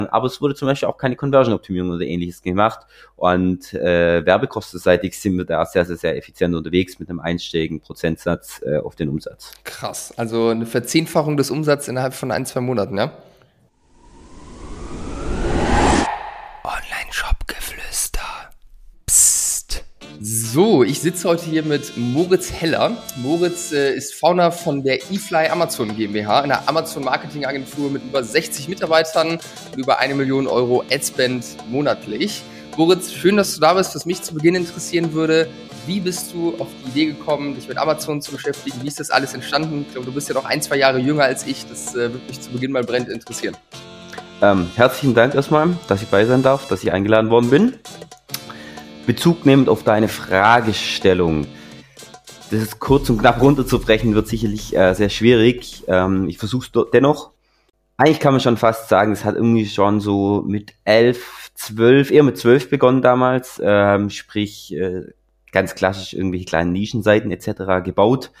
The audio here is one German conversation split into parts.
Aber es wurde zum Beispiel auch keine Conversion-Optimierung oder ähnliches gemacht. Und werbekostenseitig sind wir da sehr, sehr, sehr effizient unterwegs mit einem einstelligen Prozentsatz auf den Umsatz. Krass. Also eine Verzehnfachung des Umsatzes innerhalb von 1-2 Monaten, ja? Online-Shop-Geflüster. Psst. So, ich sitze heute hier mit Moritz Heller. Moritz ist Founder von der eFly Amazon GmbH, einer Amazon-Marketing-Agentur mit über 60 Mitarbeitern und über 1 Million Euro Adspend monatlich. Moritz, schön, dass du da bist. Was mich zu Beginn interessieren würde, wie bist du auf die Idee gekommen, dich mit Amazon zu beschäftigen? Wie ist das alles entstanden? Ich glaube, du bist ja noch 1-2 Jahre jünger als ich. Das würde mich zu Beginn mal brennend interessieren. Herzlichen Dank erstmal, dass ich bei sein darf, dass ich eingeladen worden bin. Bezug nehmend auf deine Fragestellung, das ist kurz und knapp runterzubrechen, wird sicherlich sehr schwierig. Ich versuche es dennoch. Eigentlich kann man schon fast sagen, es hat irgendwie schon so mit 11, 12, eher mit 12 begonnen damals, sprich ganz klassisch irgendwelche kleinen Nischenseiten etc. gebaut.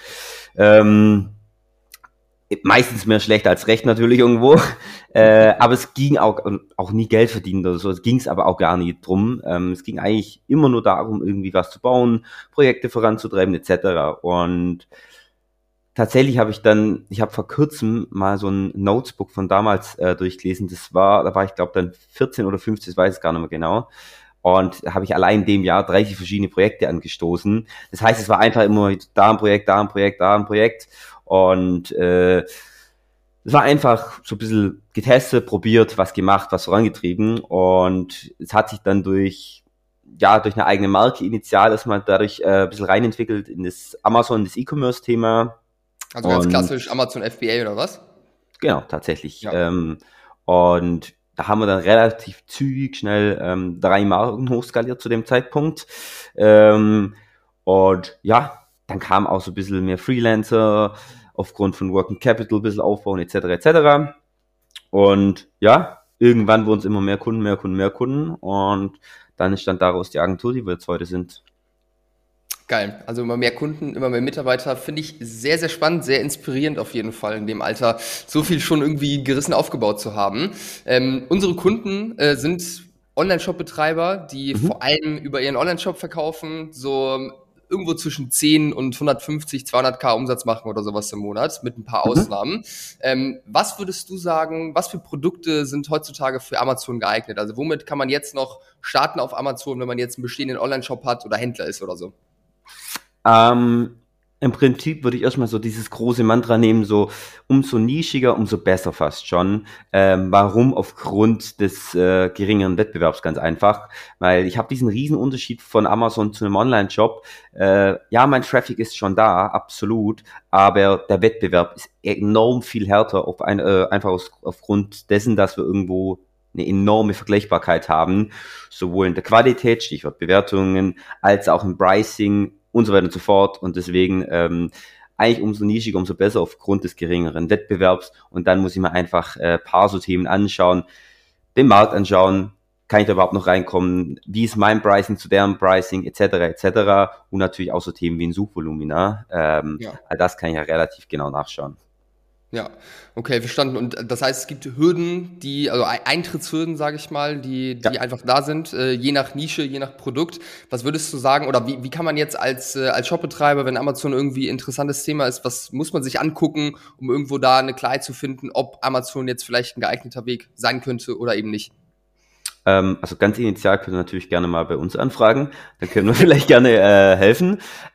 Meistens mehr schlecht als recht natürlich irgendwo, aber es ging auch nie Geld verdienen oder so, es ging es aber auch gar nicht drum. Es ging eigentlich immer nur darum, irgendwie was zu bauen, Projekte voranzutreiben etc. Und tatsächlich habe ich habe vor kurzem mal so ein Notebook von damals durchgelesen, da war ich glaube dann 14 oder 15, ich weiß es gar nicht mehr genau. Und da habe ich allein in dem Jahr 30 verschiedene Projekte angestoßen. Das heißt, es war einfach immer da ein Projekt, da ein Projekt, da ein Projekt. Und es war einfach so ein bisschen getestet, probiert, was gemacht, was vorangetrieben. Und es hat sich dann durch eine eigene Marke initial erstmal dadurch ein bisschen reinentwickelt in das Amazon, das E-Commerce-Thema. Also ganz klassisch Amazon FBA oder was? Genau, tatsächlich. Ja. Und da haben wir dann relativ zügig schnell 3 Marken hochskaliert zu dem Zeitpunkt. Und ja, dann kam auch so ein bisschen mehr Freelancer aufgrund von Working Capital ein bisschen aufbauen etc. etc. Und ja, irgendwann wurden es immer mehr Kunden und dann entstand daraus die Agentur, die wir jetzt heute sind. Geil. Also immer mehr Kunden, immer mehr Mitarbeiter, finde ich sehr, sehr spannend, sehr inspirierend auf jeden Fall in dem Alter, so viel schon irgendwie gerissen aufgebaut zu haben. Unsere Kunden sind Online-Shop-Betreiber, die vor allem über ihren Online-Shop verkaufen, so irgendwo zwischen 10 und 150, 200k Umsatz machen oder sowas im Monat, mit ein paar Ausnahmen. Was würdest du sagen, was für Produkte sind heutzutage für Amazon geeignet? Also womit kann man jetzt noch starten auf Amazon, wenn man jetzt einen bestehenden Online-Shop hat oder Händler ist oder so? Im Prinzip würde ich erstmal so dieses große Mantra nehmen, so umso nischiger, umso besser fast schon. Warum? Aufgrund des geringeren Wettbewerbs ganz einfach. Weil ich habe diesen riesen Unterschied von Amazon zu einem Online-Shop. Ja, mein Traffic ist schon da, absolut, aber der Wettbewerb ist enorm viel härter, einfach aufgrund dessen, dass wir irgendwo eine enorme Vergleichbarkeit haben, sowohl in der Qualität, Stichwort Bewertungen, als auch im Pricing und so weiter und so fort. Und deswegen eigentlich umso nischiger, umso besser aufgrund des geringeren Wettbewerbs. Und dann muss ich mir einfach paar so Themen anschauen, den Markt anschauen, kann ich da überhaupt noch reinkommen, wie ist mein Pricing zu deren Pricing, etc. etc. Und natürlich auch so Themen wie ein Suchvolumina. All das kann ich ja relativ genau nachschauen. Ja, okay, verstanden. Und das heißt, es gibt Hürden, also Eintrittshürden, sage ich mal, die einfach da sind, je nach Nische, je nach Produkt. Was würdest du sagen, oder wie kann man jetzt als Shopbetreiber, wenn Amazon irgendwie ein interessantes Thema ist, was muss man sich angucken, um irgendwo da eine Klarheit zu finden, ob Amazon jetzt vielleicht ein geeigneter Weg sein könnte oder eben nicht? Also ganz initial könnt ihr natürlich gerne mal bei uns anfragen, dann können wir vielleicht gerne helfen.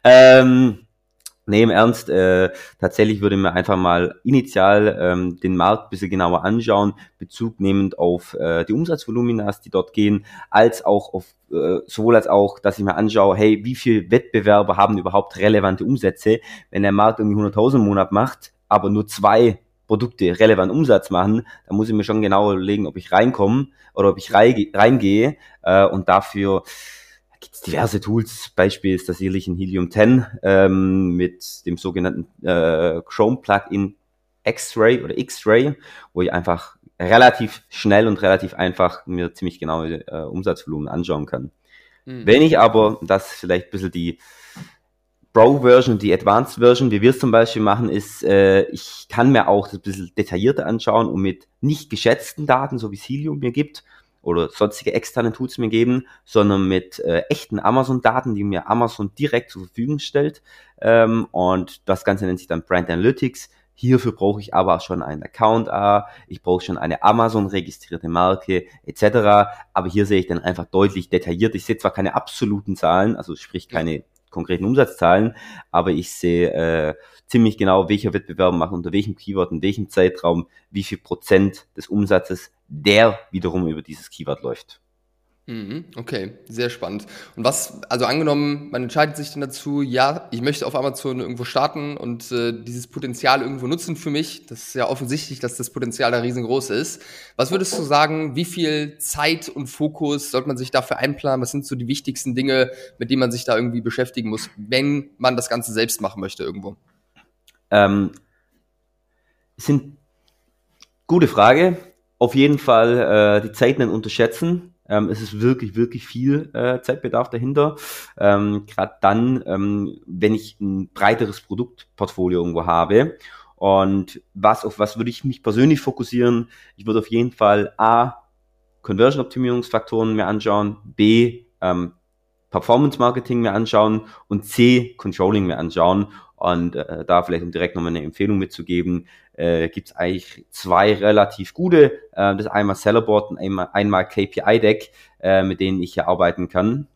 Nee, im Ernst, tatsächlich würde ich mir einfach mal initial den Markt ein bisschen genauer anschauen, Bezug nehmend auf die Umsatzvoluminas, die dort gehen, als auch sowohl als auch, dass ich mir anschaue, hey, wie viel Wettbewerber haben überhaupt relevante Umsätze? Wenn der Markt irgendwie 100.000 im Monat macht, aber nur 2 Produkte relevant Umsatz machen, dann muss ich mir schon genau überlegen, ob ich reinkomme oder ob ich reingehe und dafür gibt es diverse Tools. Beispiel ist das sicherlich ein Helium 10 mit dem sogenannten Chrome-Plugin X-Ray oder X-Ray, wo ich einfach relativ schnell und relativ einfach mir ziemlich genaue Umsatzvolumen anschauen kann. Wenn ich aber, das ist vielleicht ein bisschen Pro-Version und die Advanced-Version. Wie wir es zum Beispiel machen, ist, ich kann mir auch das ein bisschen detaillierter anschauen und mit nicht geschätzten Daten, so wie es Helium mir gibt, oder sonstige externe Tools mir geben, sondern mit echten Amazon-Daten, die mir Amazon direkt zur Verfügung stellt. Und das Ganze nennt sich dann Brand Analytics. Hierfür brauche ich aber schon einen Account, ich brauche schon eine Amazon-registrierte Marke etc. Aber hier sehe ich dann einfach deutlich detailliert. Ich sehe zwar keine absoluten Zahlen, also sprich keine konkreten Umsatzzahlen, aber ich sehe ziemlich genau, welcher Wettbewerber macht unter welchem Keyword, in welchem Zeitraum, wie viel Prozent des Umsatzes der wiederum über dieses Keyword läuft. Okay, sehr spannend. Und was, also angenommen, man entscheidet sich dann dazu, ja, ich möchte auf Amazon irgendwo starten und dieses Potenzial irgendwo nutzen für mich. Das ist ja offensichtlich, dass das Potenzial da riesengroß ist. Was würdest du sagen, wie viel Zeit und Fokus sollte man sich dafür einplanen? Was sind so die wichtigsten Dinge, mit denen man sich da irgendwie beschäftigen muss, wenn man das Ganze selbst machen möchte irgendwo? Sind gute Frage. Auf jeden Fall die Zeit nicht unterschätzen. Es ist wirklich, wirklich viel Zeitbedarf dahinter. Gerade dann, wenn ich ein breiteres Produktportfolio irgendwo habe. Und auf was würde ich mich persönlich fokussieren? Ich würde auf jeden Fall A, Conversion-Optimierungsfaktoren mir anschauen, B, Performance-Marketing mir anschauen und C, Controlling mir anschauen. Und da vielleicht, um direkt nochmal eine Empfehlung mitzugeben, gibt es eigentlich zwei relativ gute. Das ist einmal Sellerboard und einmal KPI-Deck, mit denen ich hier arbeiten kann.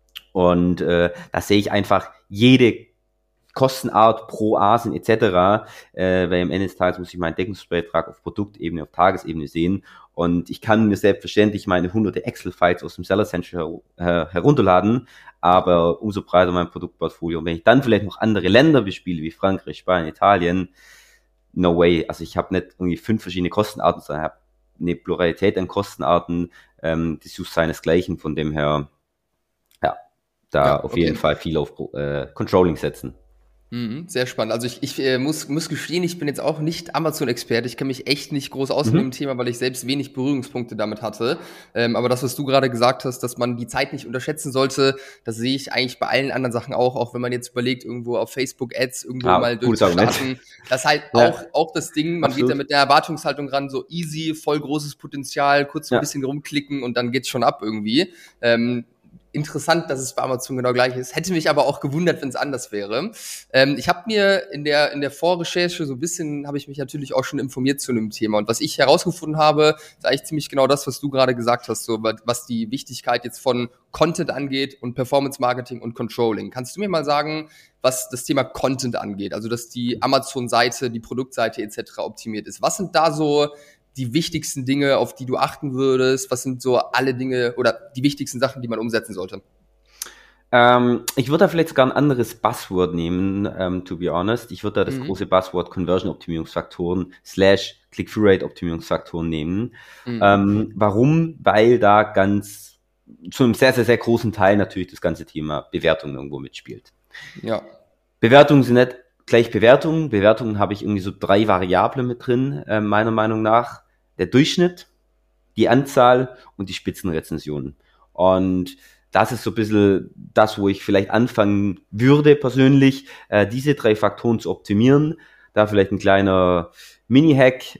Und da sehe ich einfach jede Kostenart pro ASIN etc., weil am Ende des Tages muss ich meinen Deckungsbeitrag auf Produktebene, auf Tagesebene sehen und ich kann mir selbstverständlich meine hunderte Excel-Files aus dem Seller Central herunterladen, aber umso breiter mein Produktportfolio und wenn ich dann vielleicht noch andere Länder bespiele, wie Frankreich, Spanien, Italien, no way, also ich habe nicht irgendwie 5 verschiedene Kostenarten, sondern habe eine Pluralität an Kostenarten, die sucht seinesgleichen, von dem her, ja, da auf jeden Fall viel auf Controlling setzen. Sehr spannend. Also ich muss gestehen, ich bin jetzt auch nicht Amazon-Experte. Ich kenne mich echt nicht groß aus in dem Thema, weil ich selbst wenig Berührungspunkte damit hatte. Aber das, was du gerade gesagt hast, dass man die Zeit nicht unterschätzen sollte, das sehe ich eigentlich bei allen anderen Sachen auch wenn man jetzt überlegt, irgendwo auf Facebook Ads irgendwo mal durchzustarten. Das ist halt auch das Ding, man geht da mit der Erwartungshaltung ran, so easy, voll großes Potenzial, kurz ein bisschen rumklicken und dann geht's schon ab irgendwie. Interessant, dass es bei Amazon genau gleich ist. Hätte mich aber auch gewundert, wenn es anders wäre. Ich habe mir in der Vorrecherche so ein bisschen, habe ich mich natürlich auch schon informiert zu einem Thema. Und was ich herausgefunden habe, ist eigentlich ziemlich genau das, was du gerade gesagt hast, so was die Wichtigkeit jetzt von Content angeht und Performance Marketing und Controlling. Kannst du mir mal sagen, was das Thema Content angeht? Also, dass die Amazon-Seite, die Produktseite etc. optimiert ist. Was sind da so die wichtigsten Dinge, auf die du achten würdest? Was sind so alle Dinge oder die wichtigsten Sachen, die man umsetzen sollte? Ich würde da vielleicht sogar ein anderes Buzzword nehmen, to be honest. Ich würde da das große Buzzword Conversion-Optimierungsfaktoren / Click-Through-Rate-Optimierungsfaktoren nehmen. Warum? Weil da ganz zu einem sehr, sehr, sehr großen Teil natürlich das ganze Thema Bewertung irgendwo mitspielt. Ja. Bewertungen sind nicht gleich Bewertungen. Bewertungen habe ich irgendwie so 3 Variablen mit drin, meiner Meinung nach. Der Durchschnitt, die Anzahl und die Spitzenrezensionen. Und das ist so ein bisschen das, wo ich vielleicht anfangen würde persönlich, diese 3 Faktoren zu optimieren. Da vielleicht ein kleiner Mini-Hack.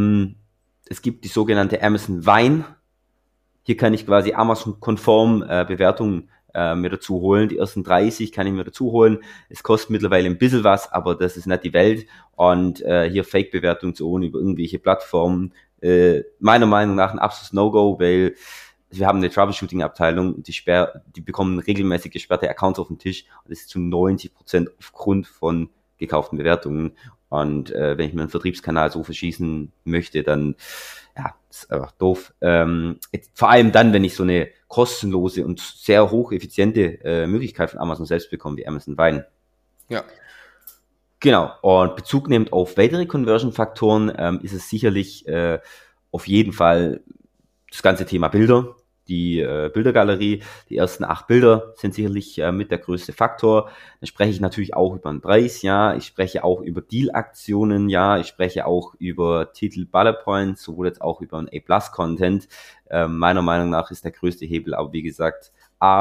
Es gibt die sogenannte Amazon Vine. Hier kann ich quasi Amazon-konform Bewertungen mir dazu holen. Die ersten 30 kann ich mir dazu holen. Es kostet mittlerweile ein bisschen was, aber das ist nicht die Welt. Und hier Fake-Bewertungen zu holen über irgendwelche Plattformen, meiner Meinung nach ein absolutes No-Go, weil wir haben eine Troubleshooting-Abteilung und die bekommen regelmäßig gesperrte Accounts auf den Tisch und das ist zu 90% aufgrund von gekauften Bewertungen. Und wenn ich mir einen Vertriebskanal so verschießen möchte, dann ja, ist einfach doof. Vor allem dann, wenn ich so eine kostenlose und sehr hocheffiziente Möglichkeit von Amazon selbst bekomme, wie Amazon Vine. Ja. Genau, und Bezug nehmend auf weitere Conversion-Faktoren ist es sicherlich auf jeden Fall das ganze Thema Bilder, die Bildergalerie. Die ersten 8 Bilder sind sicherlich mit der größte Faktor. Dann spreche ich natürlich auch über den Preis, ja. Ich spreche auch über Deal-Aktionen, ja. Ich spreche auch über Titel, Bullet Points, sowohl jetzt auch über einen A+-Content. Meiner Meinung nach ist der größte Hebel, aber wie gesagt, A,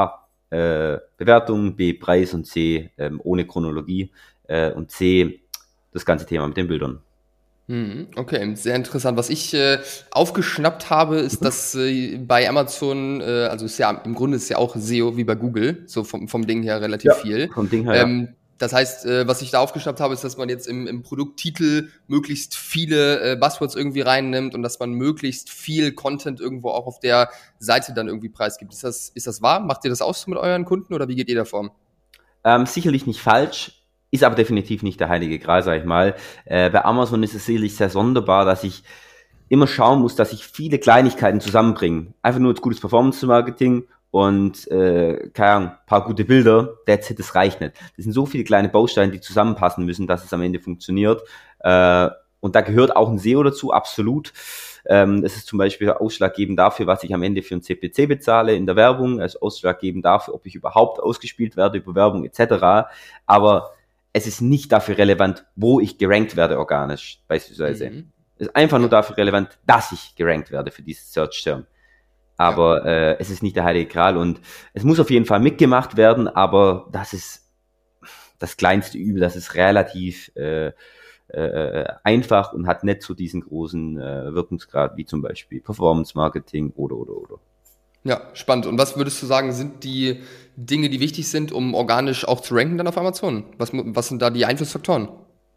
Bewertung, B, Preis und C, ohne Chronologie und C, das ganze Thema mit den Bildern. Okay, sehr interessant. Was ich aufgeschnappt habe, ist, dass bei Amazon, also ist ja im Grunde ist ja auch SEO wie bei Google, so vom Ding her relativ viel. Vom Ding her, ja. Das heißt, was ich da aufgeschnappt habe, ist, dass man jetzt im Produkttitel möglichst viele Buzzwords irgendwie reinnimmt und dass man möglichst viel Content irgendwo auch auf der Seite dann irgendwie preisgibt. Ist das wahr? Macht ihr das auch so mit euren Kunden oder wie geht ihr da vor? Sicherlich nicht falsch, ist aber definitiv nicht der heilige Gral, sag ich mal. Bei Amazon ist es sicherlich sehr sonderbar, dass ich immer schauen muss, dass ich viele Kleinigkeiten zusammenbringe. Einfach nur gutes Performance-Marketing und keine Ahnung, paar gute Bilder, that's it, das reicht nicht. Das sind so viele kleine Bausteine, die zusammenpassen müssen, dass es am Ende funktioniert. Und da gehört auch ein SEO dazu, absolut. Es ist zum Beispiel ausschlaggebend dafür, was ich am Ende für ein CPC bezahle in der Werbung, also ausschlaggebend dafür, ob ich überhaupt ausgespielt werde über Werbung etc. Aber es ist nicht dafür relevant, wo ich gerankt werde organisch, beispielsweise. Es ist einfach nur dafür relevant, dass ich gerankt werde für dieses Search-Term. Aber es ist nicht der heilige Gral und es muss auf jeden Fall mitgemacht werden, aber das ist das kleinste Übel, das ist relativ einfach und hat nicht so diesen großen Wirkungsgrad wie zum Beispiel Performance Marketing oder. Ja, spannend. Und was würdest du sagen, sind die Dinge, die wichtig sind, um organisch auch zu ranken dann auf Amazon? Was sind da die Einflussfaktoren?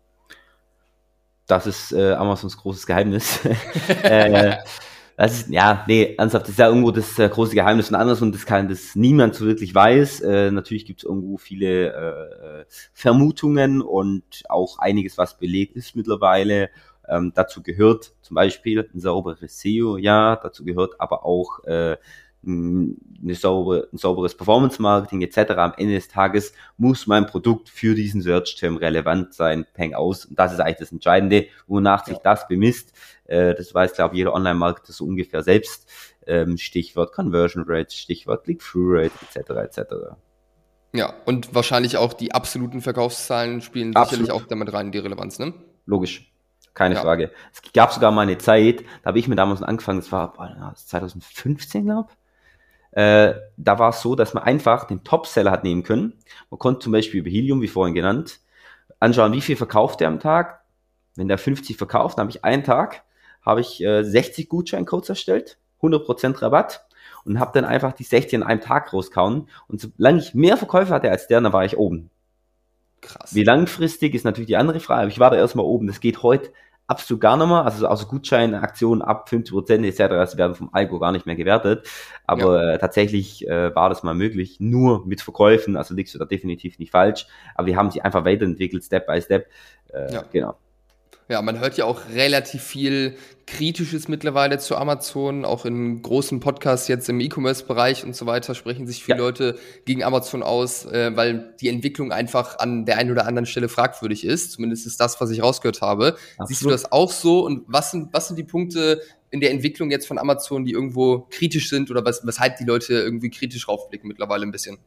Das ist Amazons großes Geheimnis. Das ist, ernsthaft, das ist ja irgendwo das große Geheimnis von Amazon, das niemand so wirklich weiß. Natürlich gibt es irgendwo viele Vermutungen und auch einiges, was belegt ist mittlerweile. Dazu gehört zum Beispiel ein sauberes SEO, ja, dazu gehört aber auch ein sauberes Performance-Marketing etc. Am Ende des Tages muss mein Produkt für diesen Search-Term relevant sein, peng aus. Und das ist eigentlich das Entscheidende, wonach sich das bemisst. Das weiß, glaube ich, jeder Online-Marketer so ungefähr selbst. Stichwort Conversion Rate, Stichwort Click-Through-Rate etc. Ja, und wahrscheinlich auch die absoluten Verkaufszahlen spielen sicherlich auch damit rein, die Relevanz, ne? Logisch. Keine Frage. Es gab sogar mal eine Zeit, da habe ich mit Amazon angefangen, das war 2015, glaube ich. Da war es so, dass man einfach den Topseller hat nehmen können. Man konnte zum Beispiel über Helium, wie vorhin genannt, anschauen, wie viel verkauft der am Tag. Wenn der 50 verkauft, dann habe ich einen Tag, 60 Gutscheincodes erstellt, 100% Rabatt und habe dann einfach die 60 an einem Tag rauskauen. Und solange ich mehr Verkäufe hatte als der, dann war ich oben. Krass. Wie langfristig ist natürlich die andere Frage. Aber ich war da erstmal oben. Das geht heute absolut gar nicht mehr. Also außer Gutscheinaktionen ab 50% etc. Das werden vom Algo gar nicht mehr gewertet. Aber tatsächlich war das mal möglich. Nur mit Verkäufen. Also liegst du da definitiv nicht falsch. Aber wir haben sie einfach weiterentwickelt, Step by Step. Genau. Ja, man hört ja auch relativ viel Kritisches mittlerweile zu Amazon, auch in großen Podcasts jetzt im E-Commerce-Bereich und so weiter sprechen sich viele Leute gegen Amazon aus, weil die Entwicklung einfach an der einen oder anderen Stelle fragwürdig ist. Zumindest ist das, was ich rausgehört habe. Absolut. Siehst du das auch so? Und was sind die Punkte in der Entwicklung jetzt von Amazon, die irgendwo kritisch sind oder weshalb die Leute irgendwie kritisch raufblicken mittlerweile ein bisschen?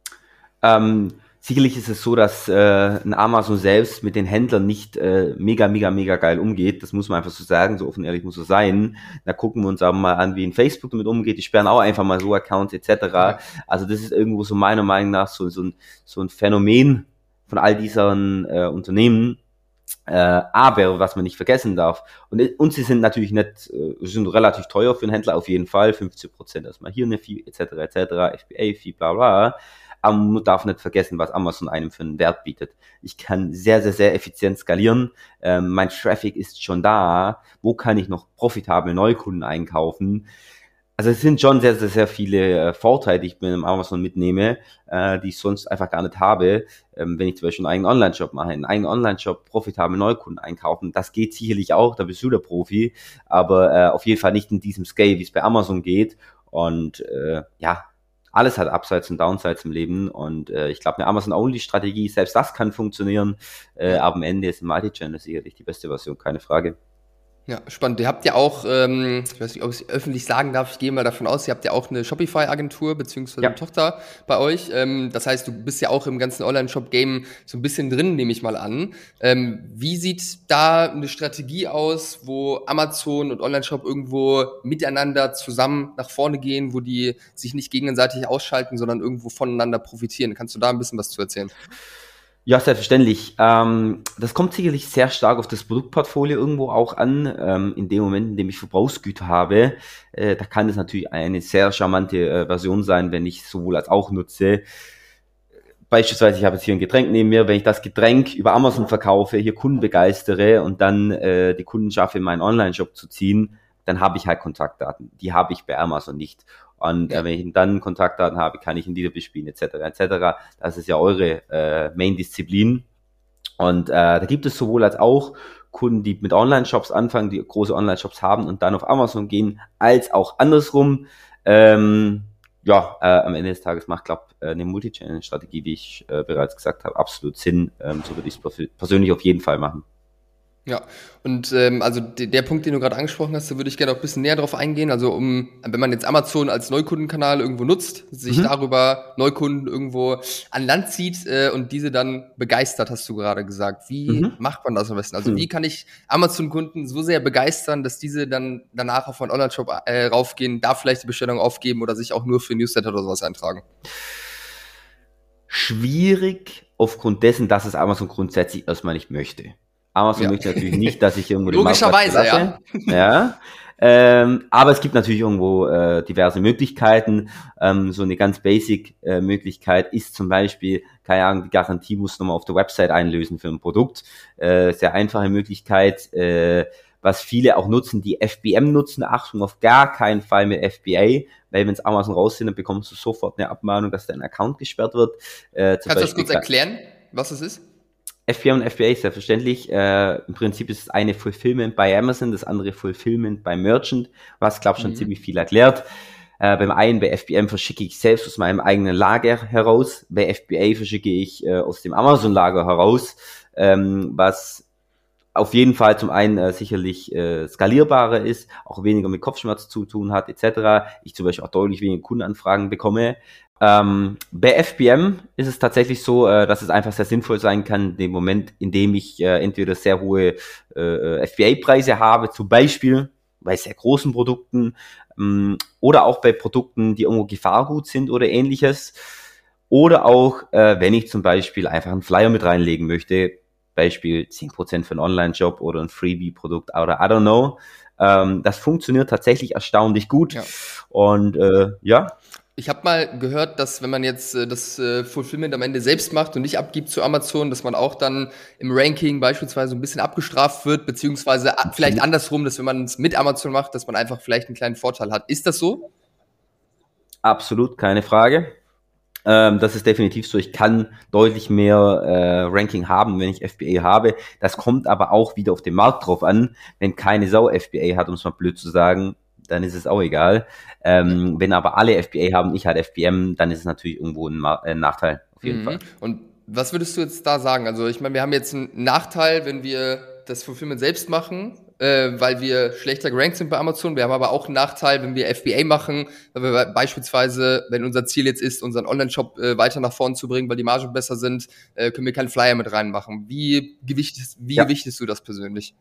Sicherlich ist es so, dass ein Amazon selbst mit den Händlern nicht mega geil umgeht. Das muss man einfach so sagen, so offen ehrlich muss es sein. Da gucken wir uns aber mal an, wie ein Facebook damit umgeht. Die sperren auch einfach mal so Accounts etc. Ja. Also das ist irgendwo so meiner Meinung nach so ein Phänomen von all diesen Unternehmen. Aber was man nicht vergessen darf, und sie sind natürlich nicht, sind relativ teuer für einen Händler auf jeden Fall, 50% erstmal hier eine Fee etc. FBA-Fee, bla bla. Aber man darf nicht vergessen, was Amazon einem für einen Wert bietet. Ich kann sehr effizient skalieren. Mein Traffic ist schon da. Wo kann ich noch profitabel Neukunden einkaufen? Also es sind schon sehr viele Vorteile, die ich mit dem Amazon mitnehme, die ich sonst einfach gar nicht habe. Wenn ich zum Beispiel einen eigenen Online-Shop mache, einen eigenen Online-Shop profitabel Neukunden einkaufen, das geht sicherlich auch, da bist du der Profi, aber auf jeden Fall nicht in diesem Scale, wie es bei Amazon geht. Und alles hat Upsides und Downsides im Leben und ich glaube, eine Amazon-Only-Strategie, selbst das kann funktionieren, aber am Ende ist ein Multi-Channel sicherlich die beste Version, keine Frage. Ja, spannend. Ihr habt ja auch, ich weiß nicht, ob ich es öffentlich sagen darf, ich gehe mal davon aus, ihr habt ja auch eine Shopify-Agentur beziehungsweise eine Ja. Tochter bei euch. Das heißt, du bist ja auch im ganzen Online-Shop-Game so ein bisschen drin, nehme ich mal an. Wie sieht da eine Strategie aus, wo Amazon und Online-Shop irgendwo miteinander zusammen nach vorne gehen, wo die sich nicht gegenseitig ausschalten, sondern irgendwo voneinander profitieren? Kannst du da ein bisschen was zu erzählen? Ja, selbstverständlich. Das kommt sicherlich sehr stark auf das Produktportfolio irgendwo auch an. In dem Moment, in dem ich Verbrauchsgüter habe, da kann es natürlich eine sehr charmante Version sein, wenn ich sowohl als auch nutze. Beispielsweise, ich habe jetzt hier ein Getränk neben mir, wenn ich das Getränk über Amazon verkaufe, hier Kunden begeistere und dann die Kunden schaffe, in meinen Online-Shop zu ziehen, dann habe ich halt Kontaktdaten. Die habe ich bei Amazon nicht. Und Ja. wenn ich dann Kontaktdaten habe, kann ich ihn wieder bespielen, etc. etc. Das ist ja eure Main-Disziplin. Und da gibt es sowohl als auch Kunden, die mit Online-Shops anfangen, die große Online-Shops haben und dann auf Amazon gehen, als auch andersrum. Ja, am Ende des Tages macht, glaube ich, eine Multi-Channel-Strategie, wie ich bereits gesagt habe, absolut Sinn. So würde ich es persönlich auf jeden Fall machen. Ja, und also der Punkt, den du gerade angesprochen hast, da würde ich gerne auch ein bisschen näher drauf eingehen. Also wenn man jetzt Amazon als Neukundenkanal irgendwo nutzt, sich Mhm. darüber Neukunden irgendwo an Land zieht und diese dann begeistert, hast du gerade gesagt. Wie Mhm. macht man das am besten? Also wie Mhm. kann ich Amazon-Kunden so sehr begeistern, dass diese dann danach auf meinen Online-Shop raufgehen, da vielleicht die Bestellung aufgeben oder sich auch nur für Newsletter oder sowas eintragen? Schwierig aufgrund dessen, dass es Amazon grundsätzlich erstmal nicht möchte. Amazon Ja, möchte natürlich nicht, dass ich irgendwo den Marktplatz logischerweise, ja. verlasse. Ja. Aber es gibt natürlich irgendwo diverse Möglichkeiten. So eine ganz basic Möglichkeit ist zum Beispiel, keine Ahnung, die Garantie muss nochmal auf der Website einlösen für ein Produkt. Sehr einfache Möglichkeit, was viele auch nutzen, die FBM nutzen. Achtung, auf gar keinen Fall mit FBA, weil wenn es Amazon raus sind, dann bekommst du sofort eine Abmahnung, dass dein Account gesperrt wird. Zum Kannst du das Beispiel kurz erklären, was es ist? FBA und FBA, selbstverständlich. Im Prinzip ist es eine Fulfillment bei Amazon, das andere Fulfillment bei Merchant, was, glaube ich, schon Mhm. ziemlich viel erklärt. Beim einen, bei FBM verschicke ich selbst aus meinem eigenen Lager heraus. Bei FBA verschicke ich aus dem Amazon-Lager heraus, was auf jeden Fall zum einen sicherlich skalierbarer ist, auch weniger mit Kopfschmerz zu tun hat, etc. Ich zum Beispiel auch deutlich weniger Kundenanfragen bekomme. Bei FBM ist es tatsächlich so, dass es einfach sehr sinnvoll sein kann, in dem Moment, in dem ich entweder sehr hohe FBA-Preise habe, zum Beispiel bei sehr großen Produkten oder auch bei Produkten, die irgendwo Gefahrgut sind oder ähnliches. Oder auch, wenn ich zum Beispiel einfach einen Flyer mit reinlegen möchte, Beispiel 10% für einen Online-Shop oder ein Freebie-Produkt oder I don't know. Das funktioniert tatsächlich erstaunlich gut. Ja. Und ja, Ich habe mal gehört, dass wenn man jetzt das Fulfillment am Ende selbst macht und nicht abgibt zu Amazon, dass man auch dann im Ranking beispielsweise ein bisschen abgestraft wird, beziehungsweise vielleicht absolut, andersrum, dass wenn man es mit Amazon macht, dass man einfach vielleicht einen kleinen Vorteil hat. Ist das so? absolut keine Frage. Das ist definitiv so. Ich kann deutlich mehr Ranking haben, wenn ich FBA habe. Das kommt aber auch wieder auf den Markt drauf an. Wenn keine Sau FBA hat, um es mal blöd zu sagen, dann ist es auch egal. Ja. Wenn aber alle FBA haben, ich halt FBM, dann ist es natürlich irgendwo ein Nachteil, auf jeden Mhm. Fall. Und was würdest du jetzt da sagen? Also ich meine, wir haben jetzt einen Nachteil, wenn wir das Fulfillment selbst machen, weil wir schlechter gerankt sind bei Amazon. Wir haben aber auch einen Nachteil, wenn wir FBA machen, weil wir beispielsweise, wenn unser Ziel jetzt ist, unseren Online-Shop weiter nach vorne zu bringen, weil die Margen besser sind, können wir keinen Flyer mit reinmachen. Wie Ja. gewichtest du das persönlich?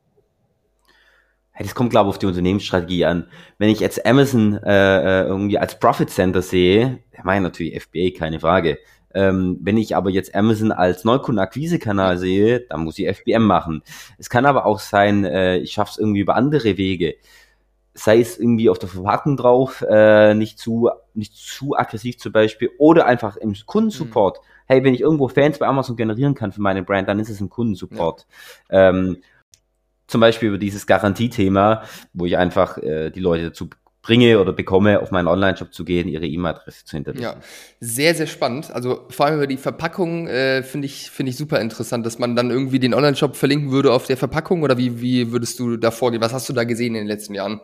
Hey, das kommt, glaube ich, auf die Unternehmensstrategie an. Wenn ich jetzt Amazon irgendwie als Profit Center sehe, ich meine natürlich FBA, keine Frage. Wenn ich aber jetzt Amazon als Ja. Neukundenakquise-Kanal sehe, dann muss ich FBM machen. Es kann aber auch sein, ich schaffe es irgendwie über andere Wege. Sei es irgendwie auf der Verpackung drauf, nicht zu aggressiv zum Beispiel, oder einfach im Mhm. Kundensupport. Hey, wenn ich irgendwo Fans bei Amazon generieren kann für meine Brand, dann ist es im Ja. Kundensupport. Ähm, Zum Beispiel über dieses Garantiethema, wo ich einfach die Leute dazu bringe oder bekomme, auf meinen Online-Shop zu gehen, ihre E-Mail-Adresse zu Ja, hinterlegen. sehr, sehr spannend. Also vor allem über die Verpackung finde ich super interessant, dass man dann irgendwie den Online-Shop verlinken würde auf der Verpackung oder wie würdest du da vorgehen? Was hast du da gesehen in den letzten Jahren?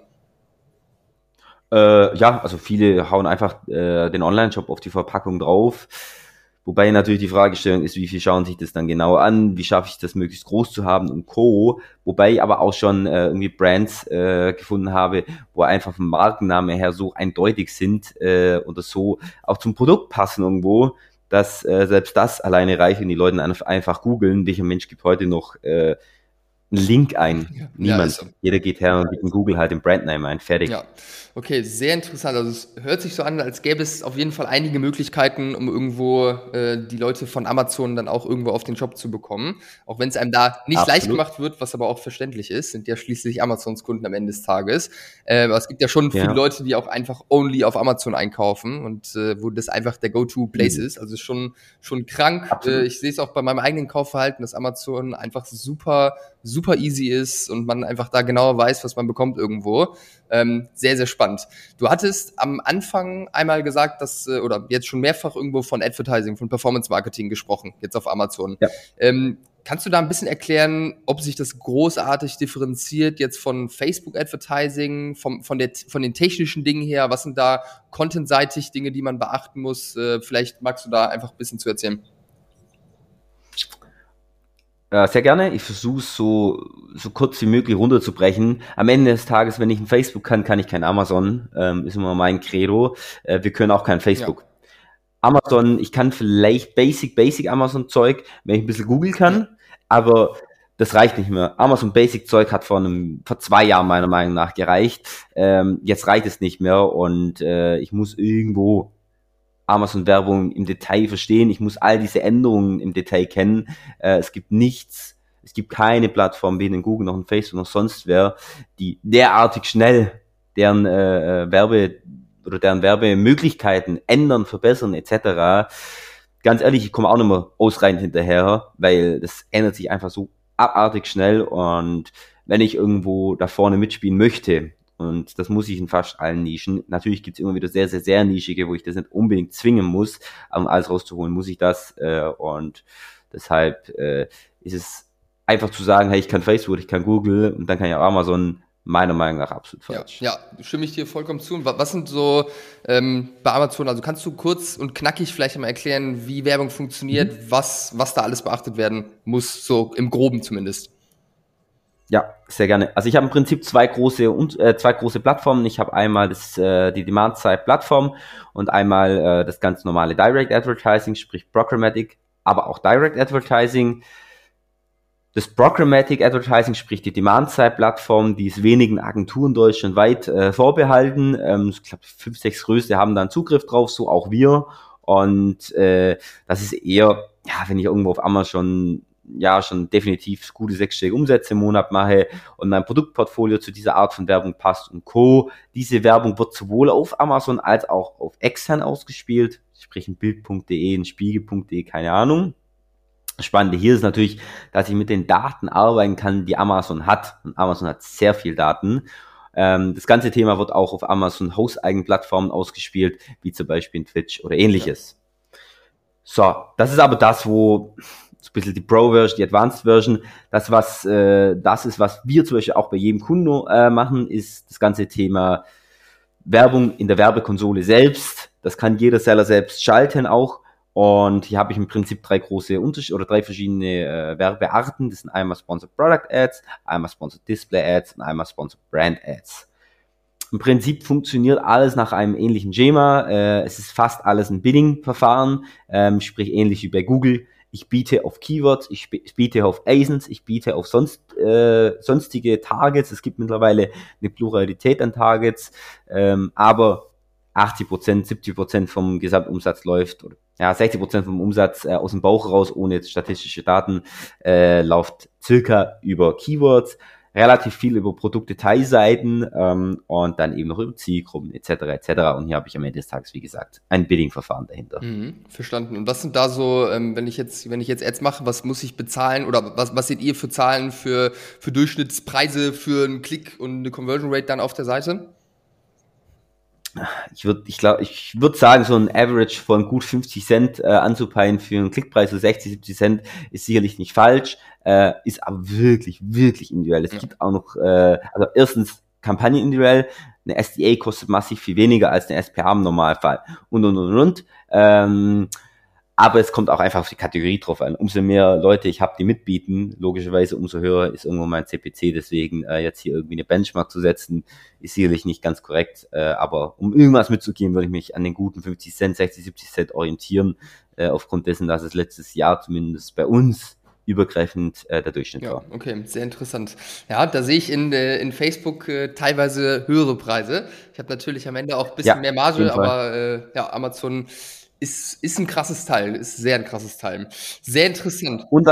Ja, also viele hauen einfach den Online-Shop auf die Verpackung drauf. Wobei natürlich die Fragestellung ist, wie viel schauen sich das dann genau an, wie schaffe ich das möglichst groß zu haben und Co. Wobei ich aber auch schon irgendwie Brands gefunden habe, wo einfach vom Markenname her so eindeutig sind oder so auch zum Produkt passen irgendwo, dass selbst das alleine reicht, wenn die Leute einfach googeln, welcher Mensch gibt heute noch einen Link ein. Ja, Niemand. ist so. Jeder geht her und gibt in Google halt den Brandname ein. Fertig. Ja, okay, sehr interessant. Also es hört sich so an, als gäbe es auf jeden Fall einige Möglichkeiten, um irgendwo die Leute von Amazon dann auch irgendwo auf den Shop zu bekommen. Auch wenn es einem da nicht leicht Absolut. gemacht wird, was aber auch verständlich ist, sind ja schließlich Amazons Kunden am Ende des Tages. Aber es gibt ja schon viele Ja. Leute, die auch einfach only auf Amazon einkaufen und wo das einfach der Go-To-Place Mhm. ist. Also schon krank. Absolut. Ich sehe es auch bei meinem eigenen Kaufverhalten, dass Amazon einfach super easy ist und man einfach da genau weiß, was man bekommt irgendwo. Sehr, sehr spannend. Du hattest am Anfang einmal gesagt, dass, oder jetzt schon mehrfach irgendwo von Advertising, von Performance Marketing gesprochen, jetzt auf Amazon. Ja. Kannst du da ein bisschen erklären, ob sich das großartig differenziert jetzt von Facebook Advertising, von den technischen Dingen her? Was sind da contentseitig Dinge, die man beachten muss? Vielleicht magst du da einfach ein bisschen zu erzählen. Sehr gerne. Ich versuche es so kurz wie möglich runterzubrechen. Am Ende des Tages, wenn ich ein Facebook kann ich kein Amazon. Ist immer mein Credo. Wir können auch kein Ja, Facebook. Amazon, ich kann vielleicht Basic Amazon-Zeug, wenn ich ein bisschen googeln ja, kann, aber das reicht nicht mehr. Amazon Basic-Zeug hat vor 2 Jahren meiner Meinung nach gereicht. Jetzt reicht es nicht mehr und ich muss irgendwo Amazon-Werbung im Detail verstehen. Ich muss all diese Änderungen im Detail kennen. Es gibt nichts, es gibt keine Plattform, weder in Google noch in Facebook noch sonst wer, die derartig schnell deren deren Werbemöglichkeiten ändern, verbessern etc. Ganz ehrlich, ich komme auch nicht mehr ausreichend hinterher, weil das ändert sich einfach so abartig schnell und wenn ich irgendwo da vorne mitspielen möchte, und das muss ich in fast allen Nischen. Natürlich gibt es immer wieder sehr nischige, wo ich das nicht unbedingt zwingen muss, um alles rauszuholen, muss ich das. Und deshalb ist es einfach zu sagen, hey, ich kann Facebook, ich kann Google und dann kann ich auch Amazon, meiner Meinung nach absolut falsch. ja, stimme ich dir vollkommen zu. Und was sind so bei Amazon, also kannst du kurz und knackig vielleicht einmal erklären, wie Werbung funktioniert, was da alles beachtet werden muss, so im Groben zumindest? Ja, sehr gerne. Also ich habe im Prinzip zwei große Plattformen. Ich habe einmal die Demand-Side-Plattform und einmal das ganz normale Direct Advertising, sprich Programmatic, aber auch Direct Advertising. Das Programmatic Advertising, sprich die Demand-Side-Plattform, die ist wenigen Agenturen deutschlandweit vorbehalten. Ich glaube, 5, 6 größte haben da einen Zugriff drauf, so auch wir. Und das ist eher, ja, wenn ich irgendwo auf Amazon schon definitiv gute sechsstellige Umsätze im Monat mache und mein Produktportfolio zu dieser Art von Werbung passt und Co. Diese Werbung wird sowohl auf Amazon als auch auf extern ausgespielt, sprich ein Bild.de, ein Spiegel.de, keine Ahnung. Das Spannende hier ist natürlich, dass ich mit den Daten arbeiten kann, die Amazon hat. Und Amazon hat sehr viel Daten. Das ganze Thema wird auch auf Amazon hauseigenen Plattformen ausgespielt, wie zum Beispiel in Twitch oder ähnliches. So, das ist aber das, wo so ein bisschen die Pro-Version, die Advanced-Version, das ist, was wir zum Beispiel auch bei jedem Kunden machen, ist das ganze Thema Werbung in der Werbekonsole selbst. Das kann jeder Seller selbst schalten auch. Und hier habe ich im Prinzip drei verschiedene Werbearten. Das sind einmal Sponsored Product Ads, einmal Sponsored Display Ads und einmal Sponsored Brand Ads. Im Prinzip funktioniert alles nach einem ähnlichen Schema. Es ist fast alles ein Bidding-Verfahren, sprich ähnlich wie bei Google. Ich biete auf Keywords, ich biete auf ASINs, ich biete auf sonstige Targets. Es gibt mittlerweile eine Pluralität an Targets, aber 80%, 70% vom Gesamtumsatz läuft, oder ja, 60% vom Umsatz aus dem Bauch raus, ohne jetzt statistische Daten, läuft circa über Keywords, relativ viel über Produktdetailseiten und dann eben noch über Zielgruppen etc. Und hier habe ich am Ende des Tages, wie gesagt, ein Bidding-Verfahren dahinter. Verstanden. Und was sind da so, wenn ich jetzt Ads mache, was muss ich bezahlen oder was seht ihr für Zahlen für Durchschnittspreise für einen Klick und eine Conversion Rate dann auf der Seite? Ich würde sagen, so ein Average von gut 50 Cent anzupeilen für einen Klickpreis so 60, 70 Cent ist sicherlich nicht falsch, ist aber wirklich individuell. Es gibt auch noch, also erstens Kampagnen individuell, eine SDA kostet massiv viel weniger als eine SPA im Normalfall und. Aber Aber es kommt auch einfach auf die Kategorie drauf an. Umso mehr Leute ich habe, die mitbieten, logischerweise umso höher ist irgendwo mein CPC. Deswegen jetzt hier irgendwie eine Benchmark zu setzen, ist sicherlich nicht ganz korrekt. Aber um irgendwas mitzugehen, würde ich mich an den guten 50 Cent, 60, 70 Cent orientieren. Aufgrund dessen, dass es letztes Jahr zumindest bei uns übergreifend der Durchschnitt war. Okay, sehr interessant. Ja, da sehe ich in Facebook teilweise höhere Preise. Ich habe natürlich am Ende auch ein bisschen mehr Marge, aber Amazon ist ein krasses Teil, ist sehr ein krasses Teil. Sehr interessant. Und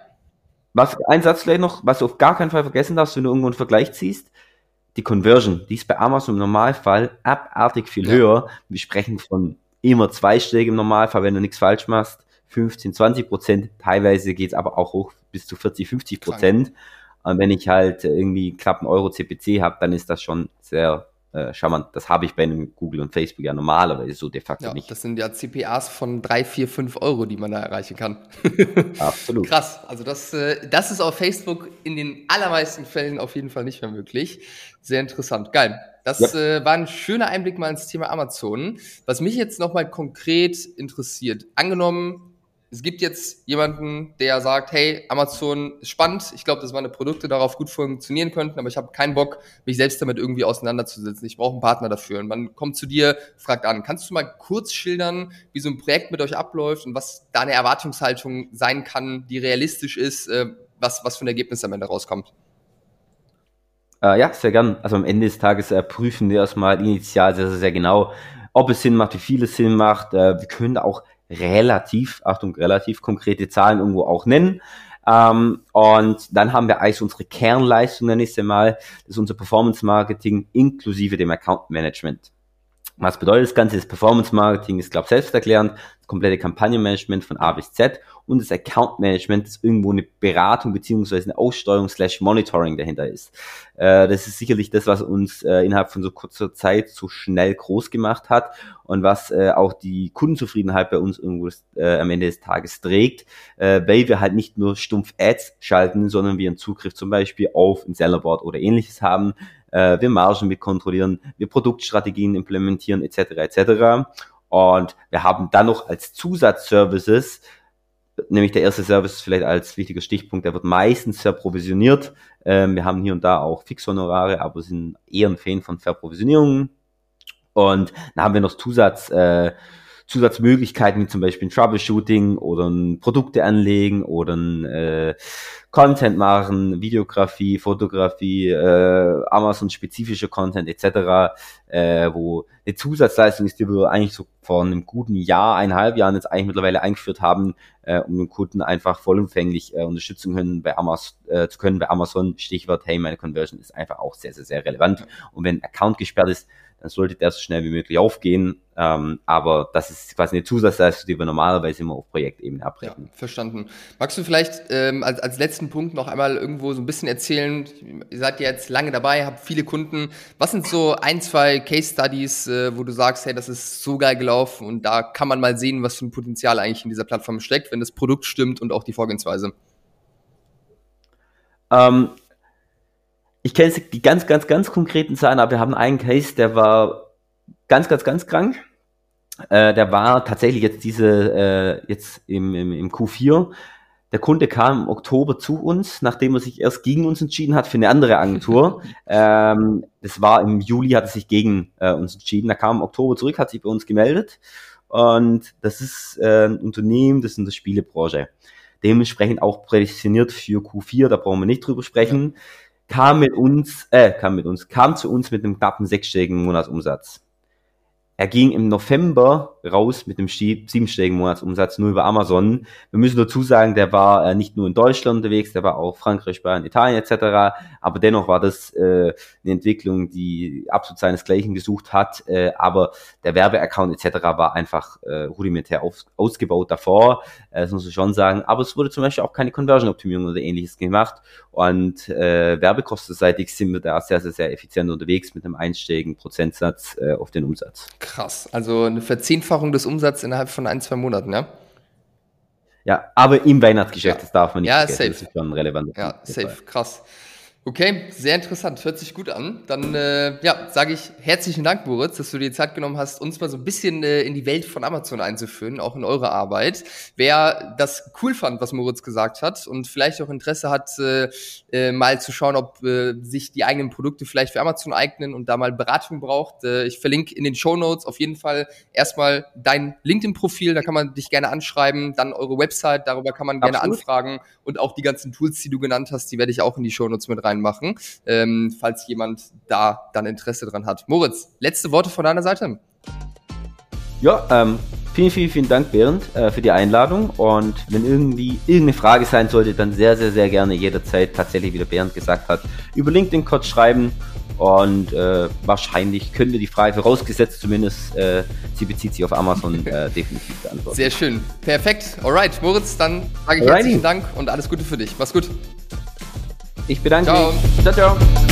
ein Satz vielleicht noch, was du auf gar keinen Fall vergessen darfst, wenn du irgendwo einen Vergleich ziehst, die Conversion, die ist bei Amazon im Normalfall abartig viel höher. Wir sprechen von immer zweistellig im Normalfall, wenn du nichts falsch machst, 15-20%, teilweise geht es aber auch hoch bis zu 40-50%. Und wenn ich halt irgendwie knapp einen Euro CPC habe, dann ist das schon sehr charmant. Das habe ich bei einem Google und Facebook ja normalerweise so de facto nicht. Das sind ja CPAs von 3, 4, 5 Euro, die man da erreichen kann. Absolut. Krass, also das ist auf Facebook in den allermeisten Fällen auf jeden Fall nicht mehr möglich. Sehr interessant, geil. Das war ein schöner Einblick mal ins Thema Amazon. Was mich jetzt nochmal konkret interessiert, angenommen, es gibt jetzt jemanden, der sagt, hey, Amazon ist spannend, ich glaube, dass meine Produkte darauf gut funktionieren könnten, aber ich habe keinen Bock, mich selbst damit irgendwie auseinanderzusetzen. Ich brauche einen Partner dafür. Und man kommt zu dir, fragt an, kannst du mal kurz schildern, wie so ein Projekt mit euch abläuft und was da eine Erwartungshaltung sein kann, die realistisch ist, was für ein Ergebnis am Ende rauskommt? Ja, sehr gern. Also am Ende des Tages prüfen wir erstmal initial sehr, sehr genau, ob es Sinn macht, wie viel es Sinn macht. Wir können auch relativ konkrete Zahlen irgendwo auch nennen. Und dann haben wir eigentlich unsere Kernleistung, nenne ich es mal, das ist unser Performance Marketing inklusive dem Account Management. Was bedeutet das Ganze? Das Performance Marketing ist, glaube ich, selbsterklärend, das komplette Kampagnenmanagement von A bis Z und das Account Management, das irgendwo eine Beratung beziehungsweise eine Aussteuerung / Monitoring dahinter ist. Das ist sicherlich das, was uns innerhalb von so kurzer Zeit so schnell groß gemacht hat und was auch die Kundenzufriedenheit bei uns irgendwo am Ende des Tages trägt, weil wir halt nicht nur stumpf Ads schalten, sondern wir einen Zugriff zum Beispiel auf ein Sellerboard oder ähnliches haben, wir Margen mit kontrollieren, wir Produktstrategien implementieren etc. etc. Und wir haben dann noch als Zusatzservices, nämlich der erste Service vielleicht als wichtiger Stichpunkt, der wird meistens verprovisioniert. Wir haben hier und da auch Fixhonorare, aber sind eher ein Fan von Verprovisionierungen. Und dann haben wir noch Zusatzmöglichkeiten wie zum Beispiel ein Troubleshooting oder ein Produkte anlegen oder ein Content machen, Videografie, Fotografie, Amazon-spezifischer Content etc., wo eine Zusatzleistung ist, die wir eigentlich so vor einem guten Jahr, 1,5 Jahren jetzt eigentlich mittlerweile eingeführt haben, um den Kunden einfach vollumfänglich unterstützen können bei Amazon. Stichwort, hey, meine Conversion ist einfach auch sehr, sehr, sehr relevant. Und wenn ein Account gesperrt ist, dann sollte der so schnell wie möglich aufgehen. Aber das ist quasi eine Zusatzleistung, die wir normalerweise immer auf Projektebene abrechnen. Ja, verstanden. Magst du vielleicht als letzten Punkt noch einmal irgendwo so ein bisschen erzählen, ihr seid ja jetzt lange dabei, habt viele Kunden. Was sind so 1, 2 Case Studies, wo du sagst, hey, das ist so geil gelaufen und da kann man mal sehen, was für ein Potenzial eigentlich in dieser Plattform steckt, wenn das Produkt stimmt und auch die Vorgehensweise? Ich kenne die ganz, ganz, ganz konkreten Zahlen, aber wir haben einen Case, der war ganz, ganz, ganz krank. Der war tatsächlich jetzt jetzt im Q4. Der Kunde kam im Oktober zu uns, nachdem er sich erst gegen uns entschieden hat für eine andere Agentur. Das war im Juli, hat er sich gegen uns entschieden. Er kam im Oktober zurück, hat sich bei uns gemeldet. Und das ist ein Unternehmen, das ist in der Spielebranche. Dementsprechend auch prädestiniert für Q4, da brauchen wir nicht drüber sprechen. Kam zu uns mit einem knappen 6-stelligen Monatsumsatz. Er ging im November raus mit einem 7-stelligen Monatsumsatz nur über Amazon. Wir müssen dazu sagen, der war nicht nur in Deutschland unterwegs, der war auch Frankreich, Spanien, Italien etc. Aber dennoch war das eine Entwicklung, die absolut seinesgleichen gesucht hat. Aber der Werbeaccount etc. war einfach rudimentär ausgebaut davor. Das muss ich schon sagen. Aber es wurde zum Beispiel auch keine Conversion-Optimierung oder ähnliches gemacht. Und werbekostenseitig sind wir da sehr, sehr, sehr effizient unterwegs mit einem 1-stelligen Prozentsatz auf den Umsatz. Krass, also eine Verzehnfachung des Umsatzes innerhalb von 1, 2 Monaten, ja? Ja, aber im Weihnachtsgeschäft, das darf man nicht vergessen. Safe. Das ist schon relevant. Ja, safe, krass. Okay, sehr interessant, hört sich gut an. Dann sage ich herzlichen Dank, Moritz, dass du dir die Zeit genommen hast, uns mal so ein bisschen in die Welt von Amazon einzuführen, auch in eure Arbeit. Wer das cool fand, was Moritz gesagt hat und vielleicht auch Interesse hat, mal zu schauen, ob sich die eigenen Produkte vielleicht für Amazon eignen und da mal Beratung braucht, ich verlinke in den Shownotes auf jeden Fall erstmal dein LinkedIn-Profil, da kann man dich gerne anschreiben, dann eure Website, darüber kann man gerne anfragen und auch die ganzen Tools, die du genannt hast, die werde ich auch in die Shownotes mit reinmachen, falls jemand da dann Interesse dran hat. Moritz, letzte Worte von deiner Seite? Ja, vielen Dank, Bernd, für die Einladung. Und wenn irgendeine Frage sein sollte, dann sehr, sehr, sehr gerne jederzeit, tatsächlich, wie der Bernd gesagt hat, über LinkedIn kurz schreiben. Und wahrscheinlich können wir die Frage, vorausgesetzt zumindest, sie bezieht sich auf Amazon, definitiv beantworten. Sehr schön. Perfekt. Alright, Moritz, dann sage ich herzlichen Dank und alles Gute für dich. Mach's gut. Ich bedanke mich. Ciao, ciao.